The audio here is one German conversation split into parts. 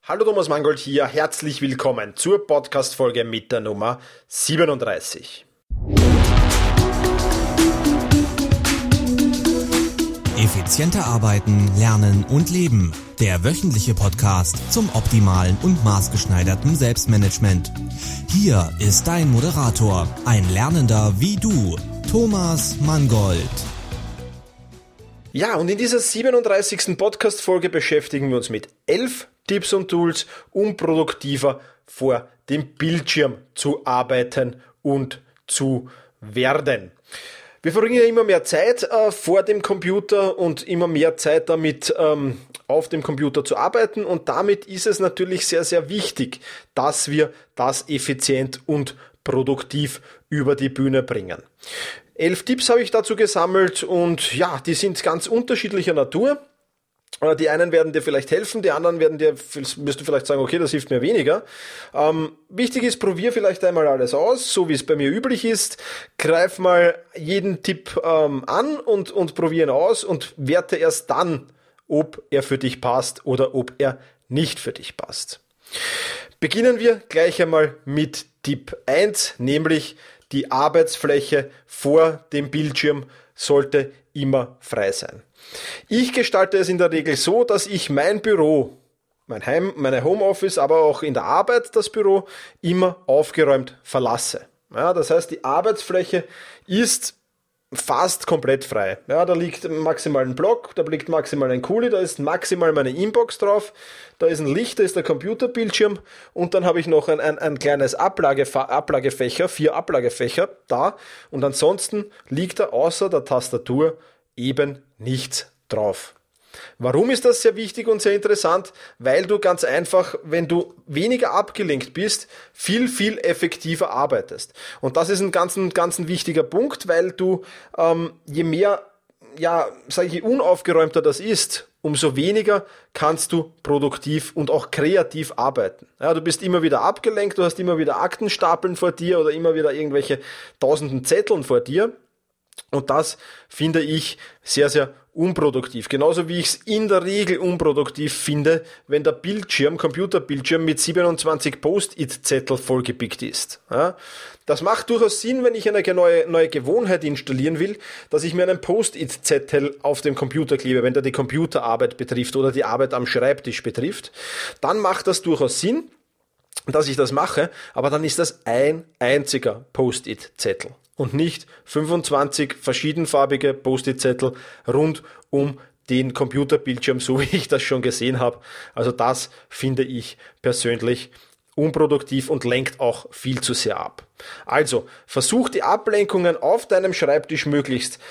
Hallo, Thomas Mangold hier, herzlich willkommen zur Podcast-Folge mit der Nummer 37. Effizienter arbeiten, lernen und leben. Der wöchentliche Podcast zum optimalen und maßgeschneiderten Selbstmanagement. Hier ist dein Moderator, ein Lernender wie du, Thomas Mangold. Ja, und in dieser 37. Podcast-Folge beschäftigen wir uns mit 11 Tipps und Tools, um produktiver vor dem Bildschirm zu arbeiten und zu werden. Wir verbringen ja immer mehr Zeit vor dem Computer und immer mehr Zeit damit, auf dem Computer zu arbeiten, und damit ist es natürlich sehr, sehr wichtig, dass wir das effizient und produktiv über die Bühne bringen. 11 Tipps habe ich dazu gesammelt und ja, die sind ganz unterschiedlicher Natur. Die einen werden dir vielleicht helfen, die anderen wirst du vielleicht sagen, okay, das hilft mir weniger. Wichtig ist, probier vielleicht einmal alles aus, so wie es bei mir üblich ist. Greif mal jeden Tipp an und probier ihn aus und werte erst dann, ob er für dich passt oder ob er nicht für dich passt. Beginnen wir gleich einmal mit Tipp 1, nämlich die Arbeitsfläche vor dem Bildschirm sollte immer frei sein. Ich gestalte es in der Regel so, dass ich mein Büro, meine Homeoffice, aber auch in der Arbeit das Büro immer aufgeräumt verlasse. Ja, das heißt, die Arbeitsfläche ist fast komplett frei. Ja, da liegt maximal ein Block, da liegt maximal ein Kuli, da ist maximal meine Inbox drauf, da ist ein Licht, da ist der Computerbildschirm und dann habe ich noch ein kleines Ablagefächer, 4 Ablagefächer da, und ansonsten liegt da außer der Tastatur eben nichts drauf. Warum ist das sehr wichtig und sehr interessant? Weil du ganz einfach, wenn du weniger abgelenkt bist, viel effektiver arbeitest. Und das ist ein ganz wichtiger Punkt, weil du, je mehr, je unaufgeräumter das ist, umso weniger kannst du produktiv und auch kreativ arbeiten. Ja, du bist immer wieder abgelenkt, du hast immer wieder Aktenstapeln vor dir oder immer wieder irgendwelche tausenden Zetteln vor dir. Und das finde ich sehr, sehr unproduktiv. Genauso wie ich es in der Regel unproduktiv finde, wenn der Computerbildschirm mit 27 Post-it-Zettel vollgepickt ist. Ja, das macht durchaus Sinn, wenn ich eine neue Gewohnheit installieren will, dass ich mir einen Post-it-Zettel auf dem Computer klebe, wenn der die Computerarbeit betrifft oder die Arbeit am Schreibtisch betrifft. Dann macht das durchaus Sinn, dass ich das mache, aber dann ist das ein einziger Post-it-Zettel und nicht 25 verschiedenfarbige Post-it-Zettel rund um den Computerbildschirm, so wie ich das schon gesehen habe. Also das finde ich persönlich unproduktiv und lenkt auch viel zu sehr ab. Also versuch die Ablenkungen auf deinem Schreibtisch möglichst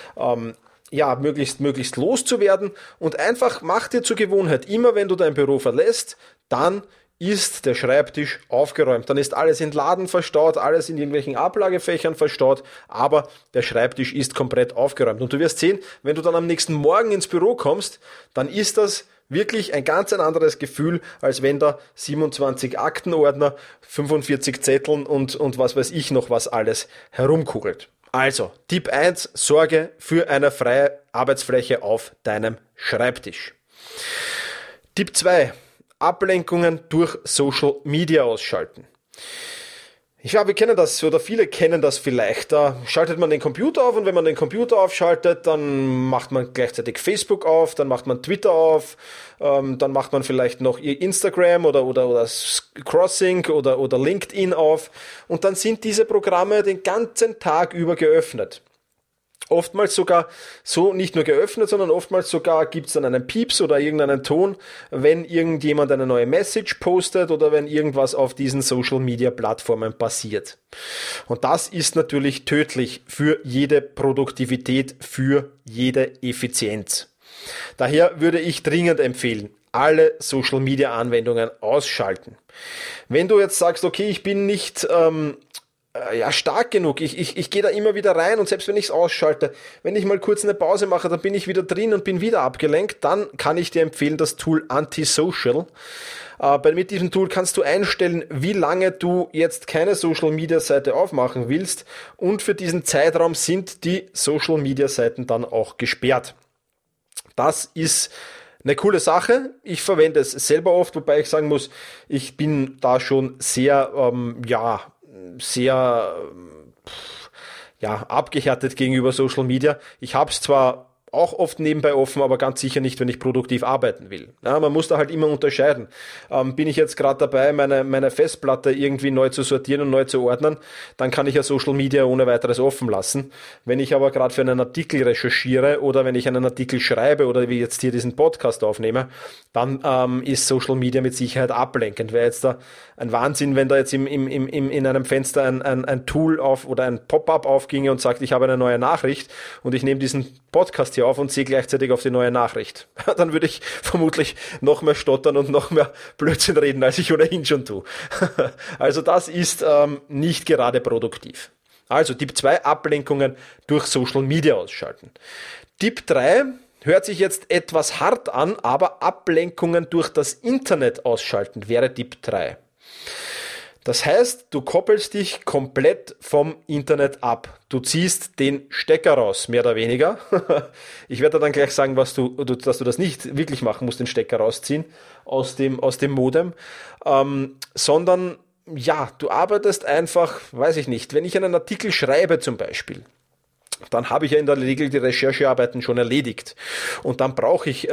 loszuwerden und einfach mach dir zur Gewohnheit, immer wenn du dein Büro verlässt, dann ist der Schreibtisch aufgeräumt. Dann ist alles in Laden verstaut, alles in irgendwelchen Ablagefächern verstaut, aber der Schreibtisch ist komplett aufgeräumt. Und du wirst sehen, wenn du dann am nächsten Morgen ins Büro kommst, dann ist das wirklich ein anderes Gefühl, als wenn da 27 Aktenordner, 45 Zetteln und was weiß ich noch was alles herumkugelt. Also, Tipp 1, sorge für eine freie Arbeitsfläche auf deinem Schreibtisch. Tipp 2, Ablenkungen durch Social Media ausschalten. Wir kennen das, oder viele kennen das vielleicht. Da schaltet man den Computer auf und wenn man den Computer aufschaltet, dann macht man gleichzeitig Facebook auf, dann macht man Twitter auf, dann macht man vielleicht noch Instagram oder Crossing oder LinkedIn auf, und dann sind diese Programme den ganzen Tag über geöffnet. Oftmals sogar so nicht nur geöffnet, sondern oftmals sogar gibt's dann einen Pieps oder irgendeinen Ton, wenn irgendjemand eine neue Message postet oder wenn irgendwas auf diesen Social Media Plattformen passiert. Und das ist natürlich tödlich für jede Produktivität, für jede Effizienz. Daher würde ich dringend empfehlen, alle Social Media Anwendungen ausschalten. Wenn du jetzt sagst, okay, ich bin nicht stark genug. Ich gehe da immer wieder rein, und selbst wenn ich es ausschalte, wenn ich mal kurz eine Pause mache, dann bin ich wieder drin und bin wieder abgelenkt, dann kann ich dir empfehlen das Tool Antisocial. Mit diesem Tool kannst du einstellen, wie lange du jetzt keine Social Media Seite aufmachen willst, und für diesen Zeitraum sind die Social Media Seiten dann auch gesperrt. Das ist eine coole Sache. Ich verwende es selber oft, wobei ich sagen muss, ich bin da schon sehr abgehärtet gegenüber Social Media. Ich habe es zwar auch oft nebenbei offen, aber ganz sicher nicht, wenn ich produktiv arbeiten will. Ja, man muss da halt immer unterscheiden. Bin ich jetzt gerade dabei, meine Festplatte irgendwie neu zu sortieren und neu zu ordnen, dann kann ich ja Social Media ohne weiteres offen lassen. Wenn ich aber gerade für einen Artikel recherchiere oder wenn ich einen Artikel schreibe oder wie jetzt hier diesen Podcast aufnehme, dann ist Social Media mit Sicherheit ablenkend. Wäre jetzt da ein Wahnsinn, wenn da jetzt in einem Fenster ein Tool oder ein Pop-up aufginge und sagt, ich habe eine neue Nachricht und ich nehme diesen Podcast hier auf und sehe gleichzeitig auf die neue Nachricht. Dann würde ich vermutlich noch mehr stottern und noch mehr Blödsinn reden, als ich ohnehin schon tue. Also das ist nicht gerade produktiv. Also Tipp 2, Ablenkungen durch Social Media ausschalten. Tipp 3 hört sich jetzt etwas hart an, aber Ablenkungen durch das Internet ausschalten wäre Tipp 3. Das heißt, du koppelst dich komplett vom Internet ab. Du ziehst den Stecker raus, mehr oder weniger. Ich werde dann gleich sagen, dass du das nicht wirklich machen musst, den Stecker rausziehen aus dem Modem, sondern ja, du arbeitest einfach, weiß ich nicht, wenn ich einen Artikel schreibe zum Beispiel, dann habe ich ja in der Regel die Recherchearbeiten schon erledigt und dann brauche ich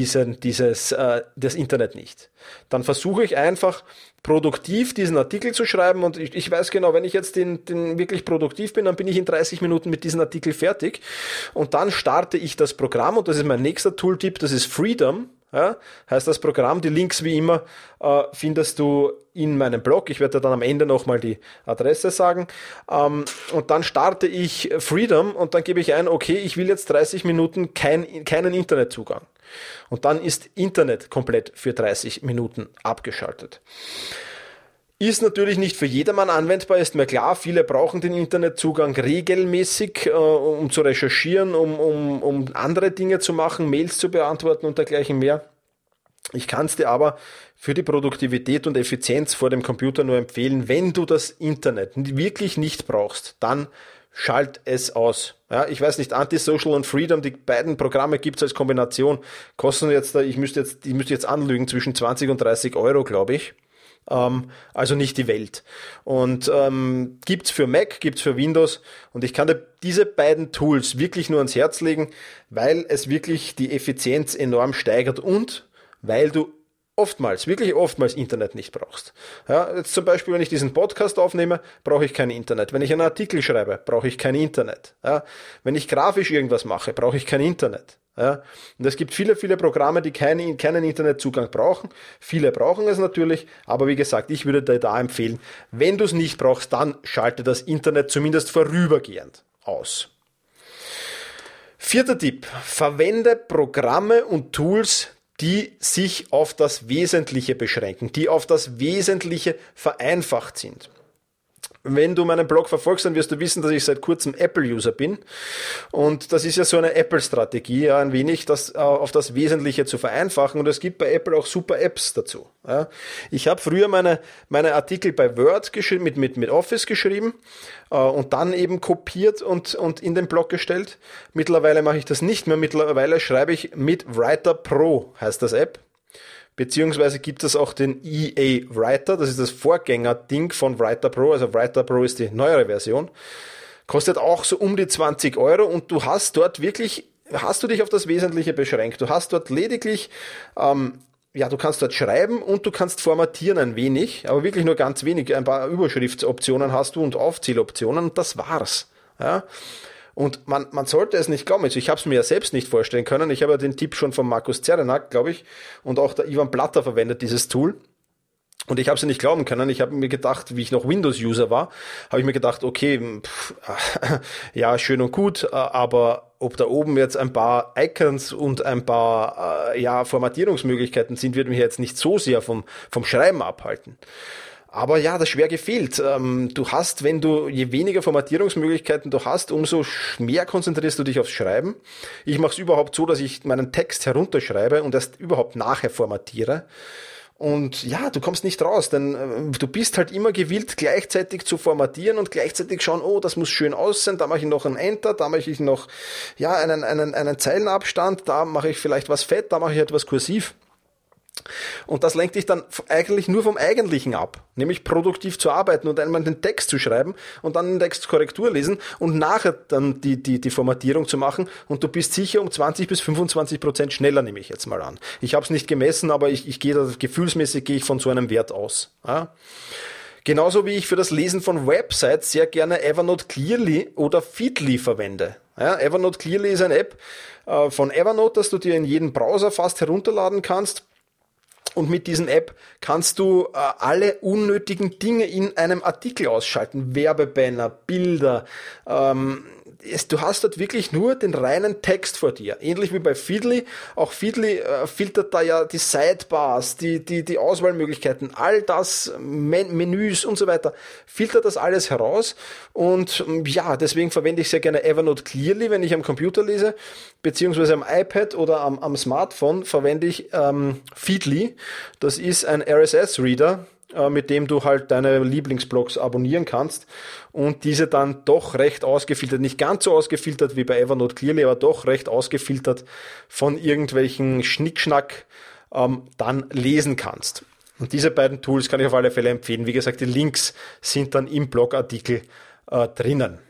das Internet nicht. Dann versuche ich einfach produktiv diesen Artikel zu schreiben und ich weiß genau, wenn ich jetzt den wirklich produktiv bin, dann bin ich in 30 Minuten mit diesem Artikel fertig und dann starte ich das Programm und das ist mein nächster Tooltip, das ist Freedom. Ja, heißt das Programm, die Links wie immer findest du in meinem Blog. Ich werde dann am Ende nochmal die Adresse sagen. Und dann starte ich Freedom und dann gebe ich ein, okay, ich will jetzt 30 Minuten keinen Internetzugang. Und dann ist Internet komplett für 30 Minuten abgeschaltet. Ist natürlich nicht für jedermann anwendbar, ist mir klar. Viele brauchen den Internetzugang regelmäßig, um zu recherchieren, um andere Dinge zu machen, Mails zu beantworten und dergleichen mehr. Ich kann es dir aber für die Produktivität und Effizienz vor dem Computer nur empfehlen, wenn du das Internet wirklich nicht brauchst, dann schalt es aus. Ja, ich weiß nicht, Antisocial und Freedom, die beiden Programme gibt es als Kombination, kosten jetzt, ich müsste jetzt anlügen, zwischen 20 und 30 Euro, glaube ich. Also nicht die Welt. Und gibt's für Mac, gibt's für Windows und ich kann dir diese beiden Tools wirklich nur ans Herz legen, weil es wirklich die Effizienz enorm steigert und weil du wirklich oftmals Internet nicht brauchst. Ja, jetzt zum Beispiel, wenn ich diesen Podcast aufnehme, brauche ich kein Internet. Wenn ich einen Artikel schreibe, brauche ich kein Internet. Ja, wenn ich grafisch irgendwas mache, brauche ich kein Internet. Ja, und es gibt viele, viele Programme, die keinen Internetzugang brauchen. Viele brauchen es natürlich, aber wie gesagt, ich würde dir da empfehlen, wenn du es nicht brauchst, dann schalte das Internet zumindest vorübergehend aus. 4. Tipp, verwende Programme und Tools, die sich auf das Wesentliche beschränken, die auf das Wesentliche vereinfacht sind. Wenn du meinen Blog verfolgst, dann wirst du wissen, dass ich seit kurzem Apple-User bin. Und das ist ja so eine Apple-Strategie, ja, ein wenig das auf das Wesentliche zu vereinfachen. Und es gibt bei Apple auch super Apps dazu. Ja. Ich habe früher meine Artikel bei Word mit Office geschrieben und dann eben kopiert und in den Blog gestellt. Mittlerweile mache ich das nicht mehr. Mittlerweile schreibe ich mit Writer Pro, heißt das App. Beziehungsweise gibt es auch den EA Writer, das ist das Vorgängerding von Writer Pro, also Writer Pro ist die neuere Version. Kostet auch so um die 20 Euro und du hast dort dich auf das Wesentliche beschränkt. Du hast dort lediglich, du kannst dort schreiben und du kannst formatieren ein wenig, aber wirklich nur ganz wenig. Ein paar Überschriftsoptionen hast du und Aufzähloptionen und das war's. Ja. Und man sollte es nicht glauben. Also ich habe es mir ja selbst nicht vorstellen können. Ich habe ja den Tipp schon von Markus Zerenak, glaube ich, und auch der Ivan Platter verwendet dieses Tool. Und ich habe es nicht glauben können. Ich habe mir gedacht, wie ich noch Windows-User war, habe ich mir gedacht, okay, ja, schön und gut, aber ob da oben jetzt ein paar Icons und ein paar Formatierungsmöglichkeiten sind, wird mich jetzt nicht so sehr vom Schreiben abhalten. Aber ja, das schwer gefehlt. Du hast, je weniger Formatierungsmöglichkeiten du hast, umso mehr konzentrierst du dich aufs Schreiben. Ich mache es überhaupt so, dass ich meinen Text herunterschreibe und erst überhaupt nachher formatiere. Und ja, du kommst nicht raus, denn du bist halt immer gewillt, gleichzeitig zu formatieren und gleichzeitig schauen, oh, das muss schön aussehen, da mache ich noch ein Enter, da mache ich noch einen Zeilenabstand, da mache ich vielleicht was fett, da mache ich etwas kursiv. Und das lenkt dich dann eigentlich nur vom Eigentlichen ab, nämlich produktiv zu arbeiten und einmal den Text zu schreiben und dann den Text Korrektur lesen und nachher dann die Formatierung zu machen, und du bist sicher um 20-25% schneller, nehme ich jetzt mal an. Ich habe es nicht gemessen, aber ich gehe da gefühlsmäßig von so einem Wert aus. Ja? Genauso wie ich für das Lesen von Websites sehr gerne Evernote Clearly oder Feedly verwende. Ja, Evernote Clearly ist eine App von Evernote, das du dir in jedem Browser fast herunterladen kannst. Und mit diesen App kannst du alle unnötigen Dinge in einem Artikel ausschalten. Werbebanner, Bilder. Du hast dort wirklich nur den reinen Text vor dir. Ähnlich wie bei Feedly. Auch Feedly filtert da ja die Sidebars, die Auswahlmöglichkeiten, all das, Menüs und so weiter. Filtert das alles heraus. Und ja, deswegen verwende ich sehr gerne Evernote Clearly, wenn ich am Computer lese, beziehungsweise am iPad oder am Smartphone verwende ich Feedly. Das ist ein RSS-Reader, mit dem du halt deine Lieblingsblogs abonnieren kannst und diese dann doch recht ausgefiltert, nicht ganz so ausgefiltert wie bei Evernote Clearly, aber doch recht ausgefiltert von irgendwelchen Schnickschnack dann lesen kannst. Und diese beiden Tools kann ich auf alle Fälle empfehlen. Wie gesagt, die Links sind dann im Blogartikel drinnen.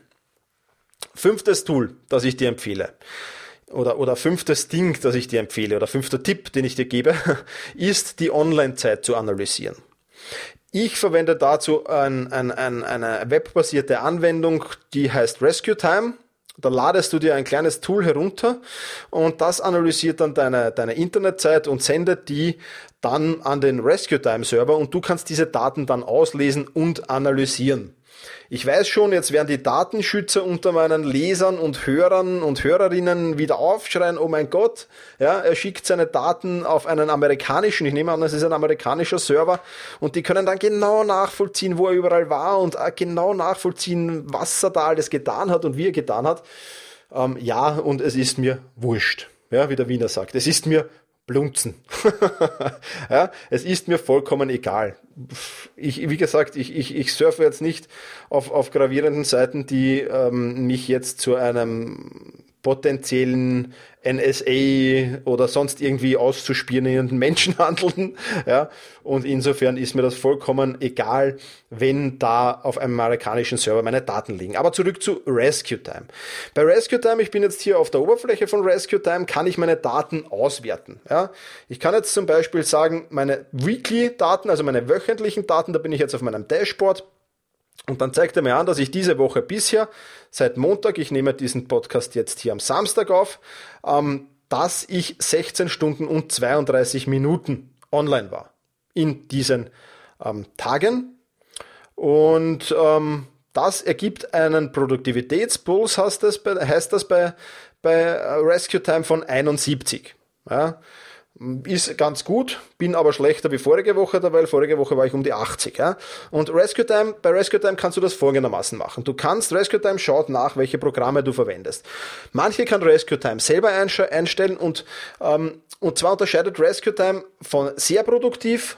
5. Tool, das ich dir empfehle, oder 5. Ding, das ich dir empfehle, oder 5. Tipp, den ich dir gebe, ist die Online-Zeit zu analysieren. Ich verwende dazu eine webbasierte Anwendung, die heißt Rescue Time. Da ladest du dir ein kleines Tool herunter und das analysiert dann deine Internetzeit und sendet die dann an den Rescue Time Server und du kannst diese Daten dann auslesen und analysieren. Ich weiß schon, jetzt werden die Datenschützer unter meinen Lesern und Hörern und Hörerinnen wieder aufschreien, oh mein Gott, ja, er schickt seine Daten auf einen amerikanischen, ich nehme an, das ist ein amerikanischer Server, und die können dann genau nachvollziehen, wo er überall war und genau nachvollziehen, was er da alles getan hat und wie er getan hat. Ja, und es ist mir wurscht, ja, wie der Wiener sagt, es ist mir Blunzen. Ja, es ist mir vollkommen egal. Wie gesagt, ich surfe jetzt nicht auf gravierenden Seiten, die mich jetzt zu einem potenziellen NSA oder sonst irgendwie auszuspionierenden Menschen handeln. Ja, und insofern ist mir das vollkommen egal, wenn da auf einem amerikanischen Server meine Daten liegen. Aber zurück zu Rescue Time. Bei Rescue Time, ich bin jetzt hier auf der Oberfläche von Rescue Time, kann ich meine Daten auswerten. Ja, ich kann jetzt zum Beispiel sagen, meine Weekly-Daten, also meine wöchentlichen Daten, da bin ich jetzt auf meinem Dashboard. Und dann zeigt er mir an, dass ich diese Woche bisher, seit Montag, ich nehme diesen Podcast jetzt hier am Samstag auf, dass ich 16 Stunden und 32 Minuten online war in diesen Tagen. Und das ergibt einen Produktivitätspuls, heißt das bei Rescue Time von 71. Ja. Ist ganz gut, bin aber schlechter wie vorige Woche, weil vorige Woche war ich um die 80. Ja? Und bei Rescue Time kannst du das folgendermaßen machen. Du kannst, Rescue Time schaut nach, welche Programme du verwendest. Manche kann Rescue Time selber einstellen und zwar unterscheidet Rescue Time von sehr produktiv,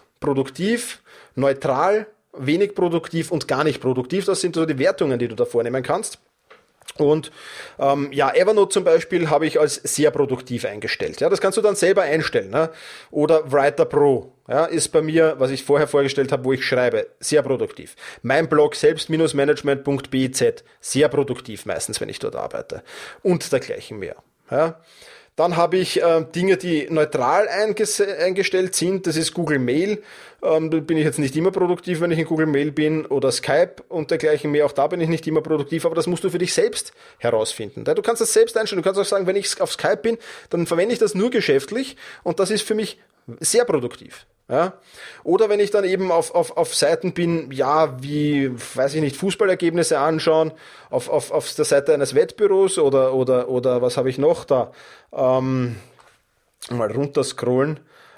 neutral, wenig produktiv und gar nicht produktiv. Das sind so die Wertungen, die du da vornehmen kannst. Und Evernote zum Beispiel habe ich als sehr produktiv eingestellt. Ja, das kannst du dann selber einstellen. Ne? Oder Writer Pro, ja, ist bei mir, was ich vorher vorgestellt habe, wo ich schreibe, sehr produktiv. Mein Blog selbst-management.biz, sehr produktiv meistens, wenn ich dort arbeite. Und dergleichen mehr. Ja. Dann habe ich Dinge, die neutral eingestellt sind. Das ist Google Mail. Da bin ich jetzt nicht immer produktiv, wenn ich in Google Mail bin. Oder Skype und dergleichen mehr. Auch da bin ich nicht immer produktiv. Aber das musst du für dich selbst herausfinden. Du kannst das selbst einstellen. Du kannst auch sagen, wenn ich auf Skype bin, dann verwende ich das nur geschäftlich. Und das ist für mich sehr produktiv. Ja? Oder wenn ich dann eben auf Seiten bin, ja, wie, weiß ich nicht, Fußballergebnisse anschauen, auf der Seite eines Wettbüros oder was habe ich noch da? Mal runterscrollen.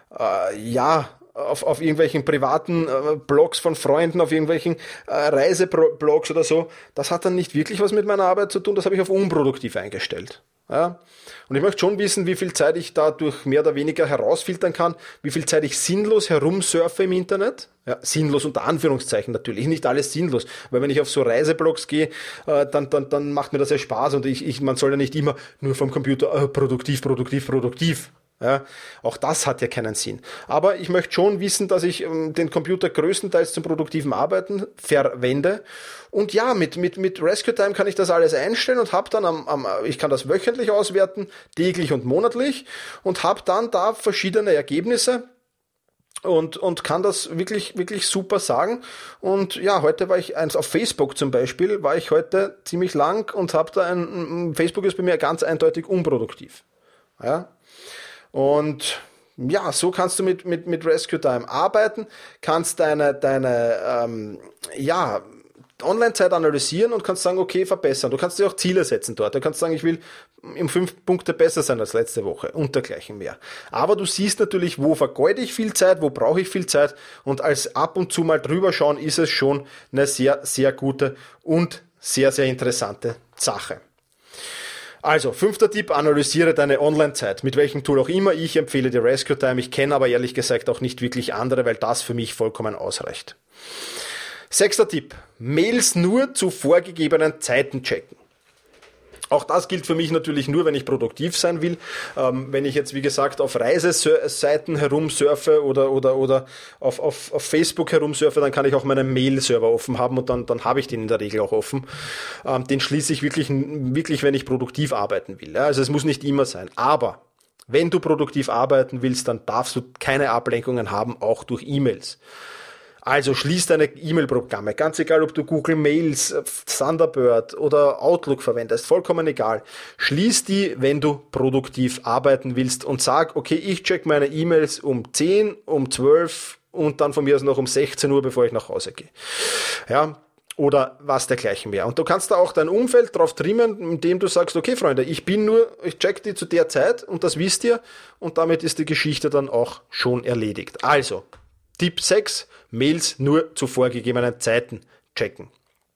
Auf irgendwelchen privaten Blogs von Freunden, auf irgendwelchen Reiseblogs oder so. Das hat dann nicht wirklich was mit meiner Arbeit zu tun, das habe ich auf unproduktiv eingestellt. Ja? Und ich möchte schon wissen, wie viel Zeit ich dadurch mehr oder weniger herausfiltern kann, wie viel Zeit ich sinnlos herumsurfe im Internet. Ja, sinnlos unter Anführungszeichen natürlich, nicht alles sinnlos, weil wenn ich auf so Reiseblogs gehe, dann macht mir das ja Spaß und man soll ja nicht immer nur vom Computer produktiv. Ja, auch das hat ja keinen Sinn. Aber ich möchte schon wissen, dass ich den Computer größtenteils zum produktiven Arbeiten verwende. Und ja, mit Rescue Time kann ich das alles einstellen und habe dann ich kann das wöchentlich auswerten, täglich und monatlich und habe dann da verschiedene Ergebnisse. Und kann das wirklich, wirklich super sagen. Und ja, heute war ich auf Facebook zum Beispiel, war ich heute ziemlich lang und habe Facebook ist bei mir ganz eindeutig unproduktiv. Ja. Und ja, so kannst du mit Rescue Time arbeiten, kannst deine Online-Zeit analysieren und kannst sagen, okay, verbessern. Du kannst dir auch Ziele setzen dort. Du kannst sagen, ich will um 5 Punkte besser sein als letzte Woche und dergleichen mehr. Aber du siehst natürlich, wo vergeude ich viel Zeit, wo brauche ich viel Zeit und als ab und zu mal drüber schauen, ist es schon eine sehr, sehr gute und sehr, sehr interessante Sache. Also, 5. Tipp, analysiere deine Online-Zeit. Mit welchem Tool auch immer. Ich empfehle dir Rescue Time. Ich kenne aber ehrlich gesagt auch nicht wirklich andere, weil das für mich vollkommen ausreicht. 6. Tipp, Mails nur zu vorgegebenen Zeiten checken. Auch das gilt für mich natürlich nur, wenn ich produktiv sein will. Wenn ich jetzt, wie gesagt, auf Reiseseiten herumsurfe oder auf Facebook herumsurfe, dann kann ich auch meinen Mail-Server offen haben und dann habe ich den in der Regel auch offen. Den schließe ich wirklich, wenn ich produktiv arbeiten will. Also es muss nicht immer sein. Aber wenn du produktiv arbeiten willst, dann darfst du keine Ablenkungen haben, auch durch E-Mails. Also schließ deine E-Mail-Programme, ganz egal, ob du Google Mails, Thunderbird oder Outlook verwendest, vollkommen egal. Schließ die, wenn du produktiv arbeiten willst und sag, okay, ich check meine E-Mails um 10, um 12 und dann von mir aus noch um 16 Uhr, bevor ich nach Hause gehe. Ja, oder was dergleichen mehr. Und du kannst da auch dein Umfeld drauf trimmen, indem du sagst, okay Freunde, ich check die zu der Zeit und das wisst ihr und damit ist die Geschichte dann auch schon erledigt. Also, Tipp 6, Mails nur zu vorgegebenen Zeiten checken.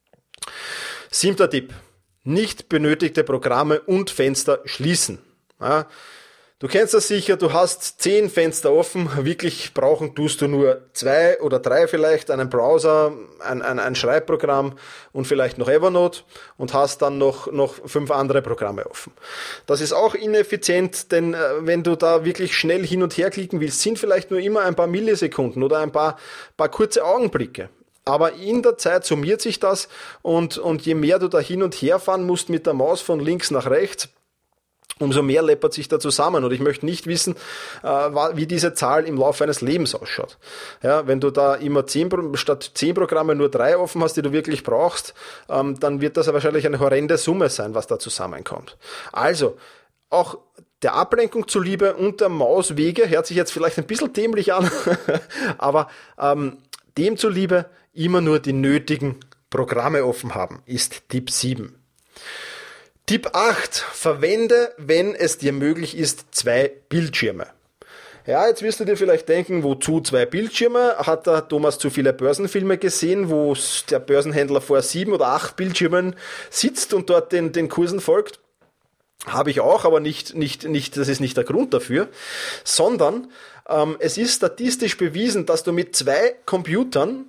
7. Tipp, nicht benötigte Programme und Fenster schließen. Ja, du kennst das sicher, du hast 10 Fenster offen, wirklich brauchen tust du nur 2 oder 3 vielleicht, einen Browser, ein Schreibprogramm und vielleicht noch Evernote und hast dann noch 5 andere Programme offen. Das ist auch ineffizient, denn wenn du da wirklich schnell hin und her klicken willst, sind vielleicht nur immer ein paar Millisekunden oder ein paar kurze Augenblicke. Aber in der Zeit summiert sich das und je mehr du da hin und her fahren musst mit der Maus von links nach rechts, umso mehr läppert sich da zusammen. Und ich möchte nicht wissen, wie diese Zahl im Laufe eines Lebens ausschaut. Ja, wenn du da immer statt 10 Programme nur 3 offen hast, die du wirklich brauchst, dann wird das ja wahrscheinlich eine horrende Summe sein, was da zusammenkommt. Also, auch der Ablenkung zuliebe und der Maus wege, hört sich jetzt vielleicht ein bisschen dämlich an, aber dem zuliebe immer nur die nötigen Programme offen haben, ist Tipp 7. Tipp 8. Verwende, wenn es dir möglich ist, 2 Bildschirme. Ja, jetzt wirst du dir vielleicht denken, wozu 2 Bildschirme? Hat der Thomas zu viele Börsenfilme gesehen, wo der Börsenhändler vor 7 oder 8 Bildschirmen sitzt und dort den Kursen folgt? Habe ich auch, aber nicht, das ist nicht der Grund dafür, sondern es ist statistisch bewiesen, dass du mit 2 Computern,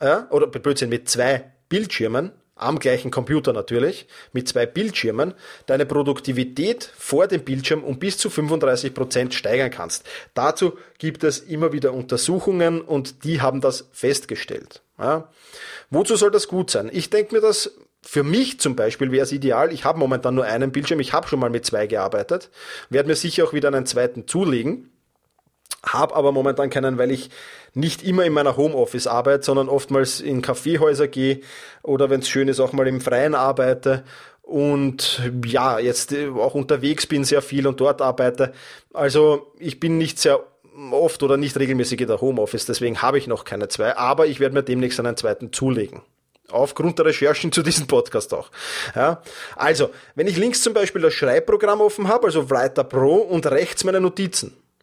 mit 2 Bildschirmen, am gleichen Computer natürlich, mit 2 Bildschirmen, deine Produktivität vor dem Bildschirm um bis zu 35% steigern kannst. Dazu gibt es immer wieder Untersuchungen und die haben das festgestellt. Ja. Wozu soll das gut sein? Ich denke mir, dass für mich zum Beispiel wäre es ideal, ich habe momentan nur einen Bildschirm, ich habe schon mal mit 2 gearbeitet, werde mir sicher auch wieder einen zweiten zulegen, habe aber momentan keinen, weil ich nicht immer in meiner Homeoffice arbeite, sondern oftmals in Kaffeehäuser gehe oder wenn es schön ist, auch mal im Freien arbeite und ja, jetzt auch unterwegs bin sehr viel und dort arbeite. Also ich bin nicht sehr oft oder nicht regelmäßig in der Homeoffice, deswegen habe ich noch keine 2, aber ich werde mir demnächst einen zweiten zulegen. Aufgrund der Recherchen zu diesem Podcast auch. Ja, also, wenn ich links zum Beispiel das Schreibprogramm offen habe, also Writer Pro und rechts meine Notizen,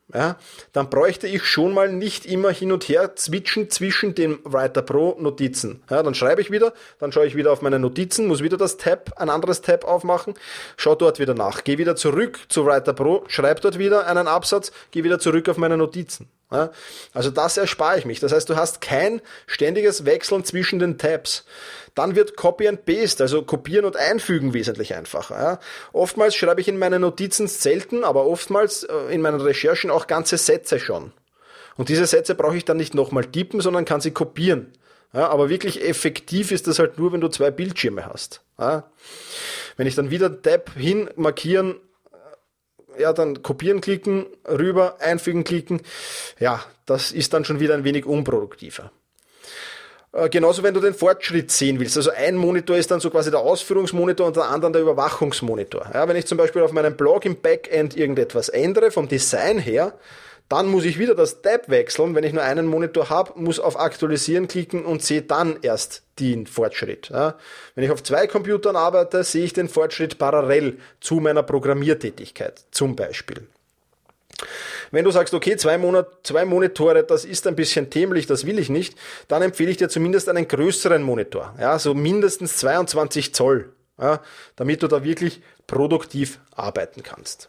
ja, dann bräuchte ich schon mal nicht immer hin und her switchen zwischen den Writer Pro Notizen. Ja, dann schreibe ich wieder, dann schaue ich wieder auf meine Notizen, muss wieder ein anderes Tab aufmachen, schaue dort wieder nach, gehe wieder zurück zu Writer Pro, schreibe dort wieder einen Absatz, gehe wieder zurück auf meine Notizen. Ja, also das erspare ich mich. Das heißt, du hast kein ständiges Wechseln zwischen den Tabs. Dann wird Copy and Paste, also Kopieren und Einfügen, wesentlich einfacher. Ja. Oftmals schreibe ich in meine Notizen selten, aber oftmals in meinen Recherchen auch ganze Sätze schon. Und diese Sätze brauche ich dann nicht nochmal tippen, sondern kann sie kopieren. Ja, aber wirklich effektiv ist das halt nur, wenn du 2 Bildschirme hast. Ja. Wenn ich dann wieder Tab hin, markieren, ja, dann kopieren klicken, rüber, einfügen klicken. Ja, das ist dann schon wieder ein wenig unproduktiver. Genauso, wenn du den Fortschritt sehen willst. Also ein Monitor ist dann so quasi der Ausführungsmonitor und der andere der Überwachungsmonitor. Ja, wenn ich zum Beispiel auf meinem Blog im Backend irgendetwas ändere, vom Design her, dann muss ich wieder das Tab wechseln. Wenn ich nur einen Monitor habe, muss auf Aktualisieren klicken und sehe dann erst den Fortschritt. Ja, wenn ich auf 2 Computern arbeite, sehe ich den Fortschritt parallel zu meiner Programmiertätigkeit, zum Beispiel. Wenn du sagst, okay, 2 Monitore, das ist ein bisschen dämlich, das will ich nicht, dann empfehle ich dir zumindest einen größeren Monitor, ja, so mindestens 22 Zoll, ja, damit du da wirklich produktiv arbeiten kannst.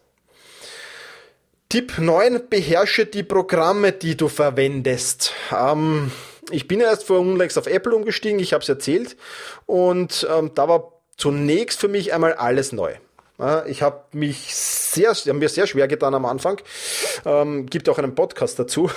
Tipp 9, beherrsche die Programme, die du verwendest. Ich bin ja erst vor unlängst auf Apple umgestiegen, ich habe es erzählt, und da war zunächst für mich einmal alles neu. Ich habe mir sehr schwer getan am Anfang. Gibt auch einen Podcast dazu.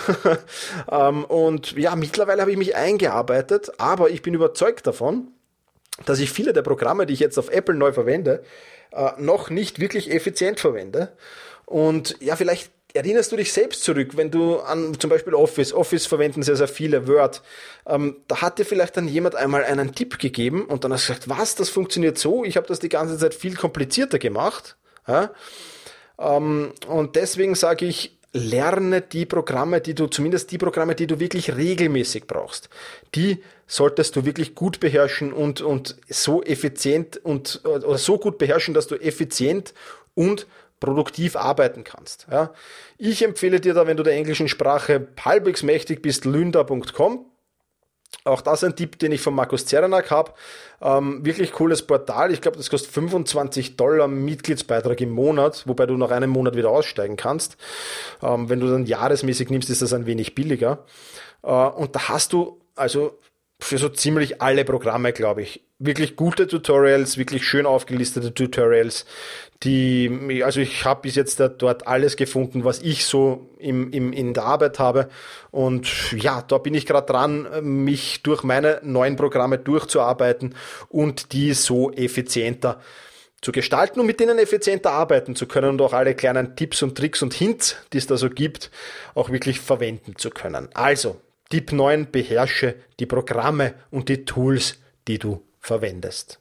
Und ja, mittlerweile habe ich mich eingearbeitet, aber ich bin überzeugt davon, dass ich viele der Programme, die ich jetzt auf Apple neu verwende, noch nicht wirklich effizient verwende. Und ja, vielleicht erinnerst du dich selbst zurück, wenn du an zum Beispiel Office verwenden sehr, sehr viele, Word, da hat dir vielleicht dann jemand einmal einen Tipp gegeben und dann hast du gesagt, was, das funktioniert so? Ich habe das die ganze Zeit viel komplizierter gemacht. Ja? Und deswegen sage ich, lerne die Programme, die du wirklich regelmäßig brauchst. Die solltest du wirklich gut beherrschen und so effizient oder so gut beherrschen, dass du effizient und produktiv arbeiten kannst. Ja. Ich empfehle dir da, wenn du der englischen Sprache halbwegs mächtig bist, lynda.com. Auch das ein Tipp, den ich von Markus Zerenak habe. Wirklich cooles Portal. Ich glaube, das kostet $25 Mitgliedsbeitrag im Monat, wobei du nach einem Monat wieder aussteigen kannst. Wenn du dann jahresmäßig nimmst, ist das ein wenig billiger. Und da hast du also für so ziemlich alle Programme, glaube ich, wirklich gute Tutorials, wirklich schön aufgelistete Tutorials, also ich habe bis jetzt dort alles gefunden, was ich so in der Arbeit habe, und ja, da bin ich gerade dran, mich durch meine neuen Programme durchzuarbeiten und die so effizienter zu gestalten und mit denen effizienter arbeiten zu können und auch alle kleinen Tipps und Tricks und Hints, die es da so gibt, auch wirklich verwenden zu können. Also, Tipp 9, beherrsche die Programme und die Tools, die du verwendest.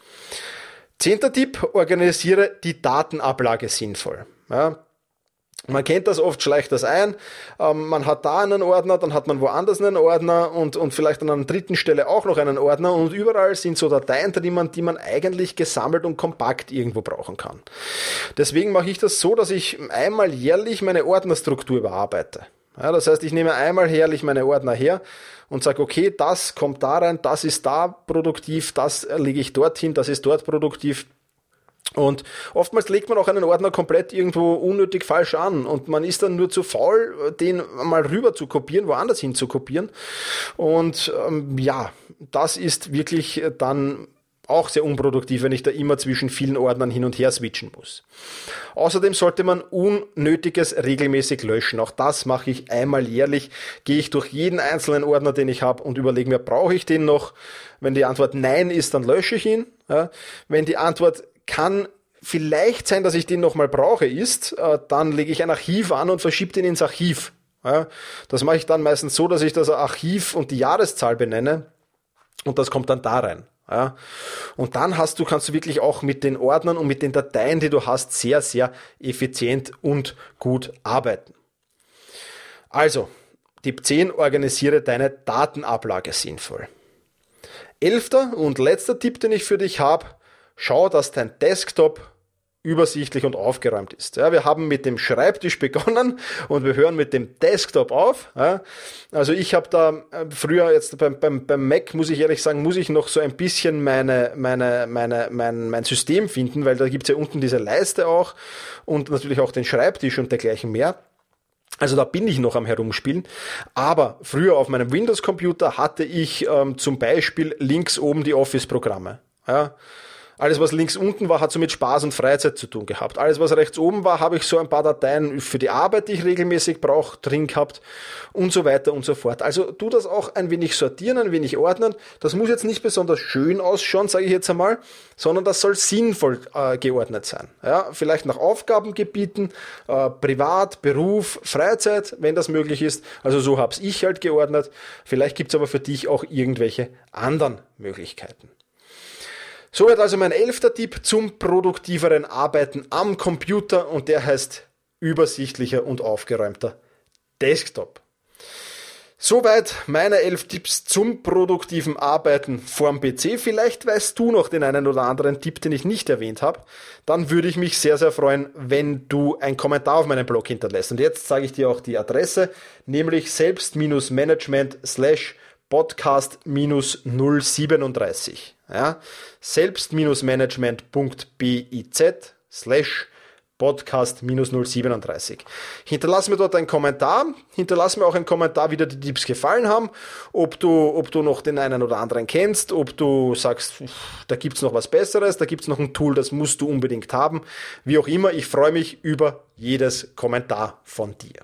10. Tipp, organisiere die Datenablage sinnvoll. Ja, man kennt das oft, schleicht das ein, man hat da einen Ordner, dann hat man woanders einen Ordner und vielleicht an einer dritten Stelle auch noch einen Ordner, und überall sind so Dateien drin, die man eigentlich gesammelt und kompakt irgendwo brauchen kann. Deswegen mache ich das so, dass ich einmal jährlich meine Ordnerstruktur überarbeite. Ja, das heißt, ich nehme einmal jährlich meine Ordner her und sage, okay, das kommt da rein, das ist da produktiv, das lege ich dorthin, das ist dort produktiv. Und oftmals legt man auch einen Ordner komplett irgendwo unnötig falsch an und man ist dann nur zu faul, den mal rüber zu kopieren, woanders hin zu kopieren. Und ja, das ist wirklich dann auch sehr unproduktiv, wenn ich da immer zwischen vielen Ordnern hin und her switchen muss. Außerdem sollte man Unnötiges regelmäßig löschen. Auch das mache ich einmal jährlich. Gehe ich durch jeden einzelnen Ordner, den ich habe, und überlege mir, brauche ich den noch? Wenn die Antwort Nein ist, dann lösche ich ihn. Ja, wenn die Antwort kann vielleicht sein, dass ich den nochmal brauche, ist, dann lege ich ein Archiv an und verschiebe den ins Archiv. Ja, das mache ich dann meistens so, dass ich das Archiv und die Jahreszahl benenne und das kommt dann da rein. Ja, und dann kannst du wirklich auch mit den Ordnern und mit den Dateien, die du hast, sehr, sehr effizient und gut arbeiten. Also, Tipp 10, organisiere deine Datenablage sinnvoll. 11. und letzter Tipp, den ich für dich habe, schau, dass dein Desktop übersichtlich und aufgeräumt ist. Ja, wir haben mit dem Schreibtisch begonnen und wir hören mit dem Desktop auf. Ja, also ich habe da früher jetzt beim Mac, muss ich ehrlich sagen, muss ich noch so ein bisschen mein System finden, weil da gibt's ja unten diese Leiste auch und natürlich auch den Schreibtisch und dergleichen mehr. Also da bin ich noch am Herumspielen, aber früher auf meinem Windows-Computer hatte ich zum Beispiel links oben die Office-Programme. Ja. Alles, was links unten war, hat so mit Spaß und Freizeit zu tun gehabt. Alles, was rechts oben war, habe ich so ein paar Dateien für die Arbeit, die ich regelmäßig brauche, drin gehabt und so weiter und so fort. Also tu das auch ein wenig sortieren, ein wenig ordnen. Das muss jetzt nicht besonders schön ausschauen, sage ich jetzt einmal, sondern das soll sinnvoll geordnet sein. Ja, vielleicht nach Aufgabengebieten, Privat, Beruf, Freizeit, wenn das möglich ist. Also so habe ich halt geordnet. Vielleicht gibt es aber für dich auch irgendwelche anderen Möglichkeiten. Soweit also mein 11. Tipp zum produktiveren Arbeiten am Computer und der heißt übersichtlicher und aufgeräumter Desktop. Soweit meine 11 Tipps zum produktiven Arbeiten vorm PC. Vielleicht weißt du noch den einen oder anderen Tipp, den ich nicht erwähnt habe. Dann würde ich mich sehr, sehr freuen, wenn du einen Kommentar auf meinem Blog hinterlässt. Und jetzt sage ich dir auch die Adresse, nämlich selbst-management/podcast-037. Ja, selbst-management.biz/podcast-037. Hinterlass mir dort einen Kommentar, hinterlass mir auch einen Kommentar, wie dir die Tipps gefallen haben, ob du noch den einen oder anderen kennst, ob du sagst, da gibt's noch was Besseres, da gibt's noch ein Tool, das musst du unbedingt haben. Wie auch immer, ich freue mich über jedes Kommentar von dir.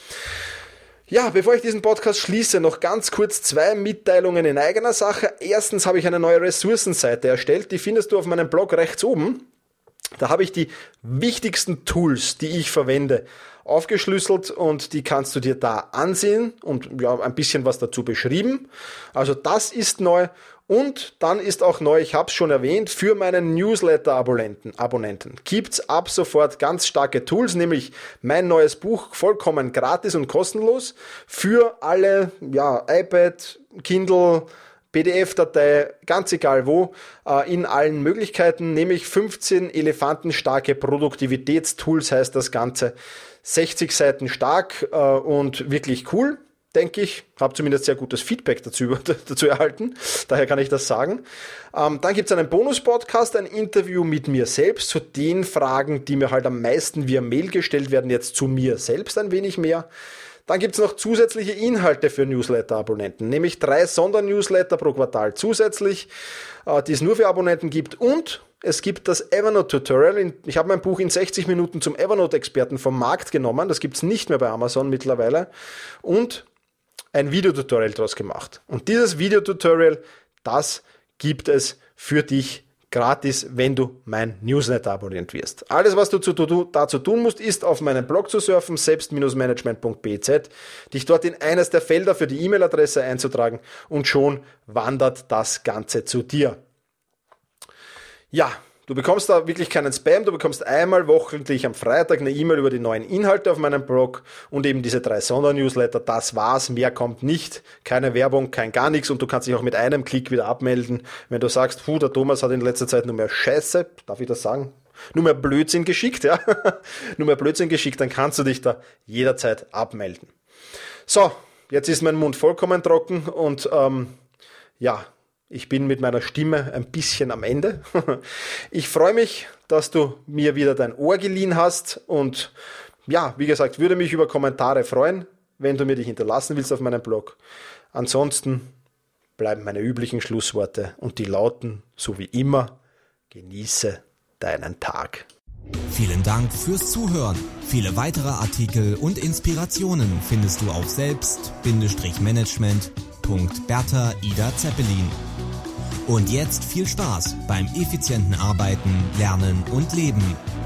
Ja, bevor ich diesen Podcast schließe, noch ganz kurz 2 Mitteilungen in eigener Sache. Erstens habe ich eine neue Ressourcenseite erstellt, die findest du auf meinem Blog rechts oben. Da habe ich die wichtigsten Tools, die ich verwende, aufgeschlüsselt und die kannst du dir da ansehen und ja, ein bisschen was dazu beschrieben. Also das ist neu. Und dann ist auch neu, ich habe es schon erwähnt, für meinen Newsletter-Abonnenten gibt's ab sofort ganz starke Tools, nämlich mein neues Buch vollkommen gratis und kostenlos für alle, ja, iPad, Kindle, PDF-Datei, ganz egal wo, in allen Möglichkeiten, nämlich 15 elefantenstarke Produktivitätstools heißt das Ganze, 60 Seiten stark und wirklich cool. Denke ich, habe zumindest sehr gutes Feedback dazu erhalten, daher kann ich das sagen. Dann gibt es einen Bonus-Podcast, ein Interview mit mir selbst zu den Fragen, die mir halt am meisten via Mail gestellt werden, jetzt zu mir selbst ein wenig mehr. Dann gibt es noch zusätzliche Inhalte für Newsletter-Abonnenten, nämlich 3 Sondernewsletter pro Quartal zusätzlich, die es nur für Abonnenten gibt und es gibt das Evernote-Tutorial. Ich habe mein Buch in 60 Minuten zum Evernote-Experten vom Markt genommen, das gibt es nicht mehr bei Amazon mittlerweile und ein Videotutorial daraus gemacht. Und dieses Videotutorial, das gibt es für dich gratis, wenn du mein Newsletter-Abonnent wirst. Alles, was du dazu tun musst, ist auf meinen Blog zu surfen, selbst-management.biz, dich dort in eines der Felder für die E-Mail-Adresse einzutragen und schon wandert das Ganze zu dir. Ja, du bekommst da wirklich keinen Spam, du bekommst einmal wöchentlich am Freitag eine E-Mail über die neuen Inhalte auf meinem Blog und eben diese 3 Sondernewsletter, das war's, mehr kommt nicht, keine Werbung, kein gar nichts und du kannst dich auch mit einem Klick wieder abmelden, wenn du sagst, der Thomas hat in letzter Zeit nur mehr Scheiße, darf ich das sagen? Nur mehr Blödsinn geschickt, ja, nur mehr Blödsinn geschickt, dann kannst du dich da jederzeit abmelden. So, jetzt ist mein Mund vollkommen trocken und ich bin mit meiner Stimme ein bisschen am Ende. Ich freue mich, dass du mir wieder dein Ohr geliehen hast und ja, wie gesagt, würde mich über Kommentare freuen, wenn du mir die hinterlassen willst auf meinem Blog. Ansonsten bleiben meine üblichen Schlussworte und die lauten, so wie immer, genieße deinen Tag. Vielen Dank fürs Zuhören. Viele weitere Artikel und Inspirationen findest du auf selbst-management.Bertha Ida Zeppelin. Und jetzt viel Spaß beim effizienten Arbeiten, Lernen und Leben.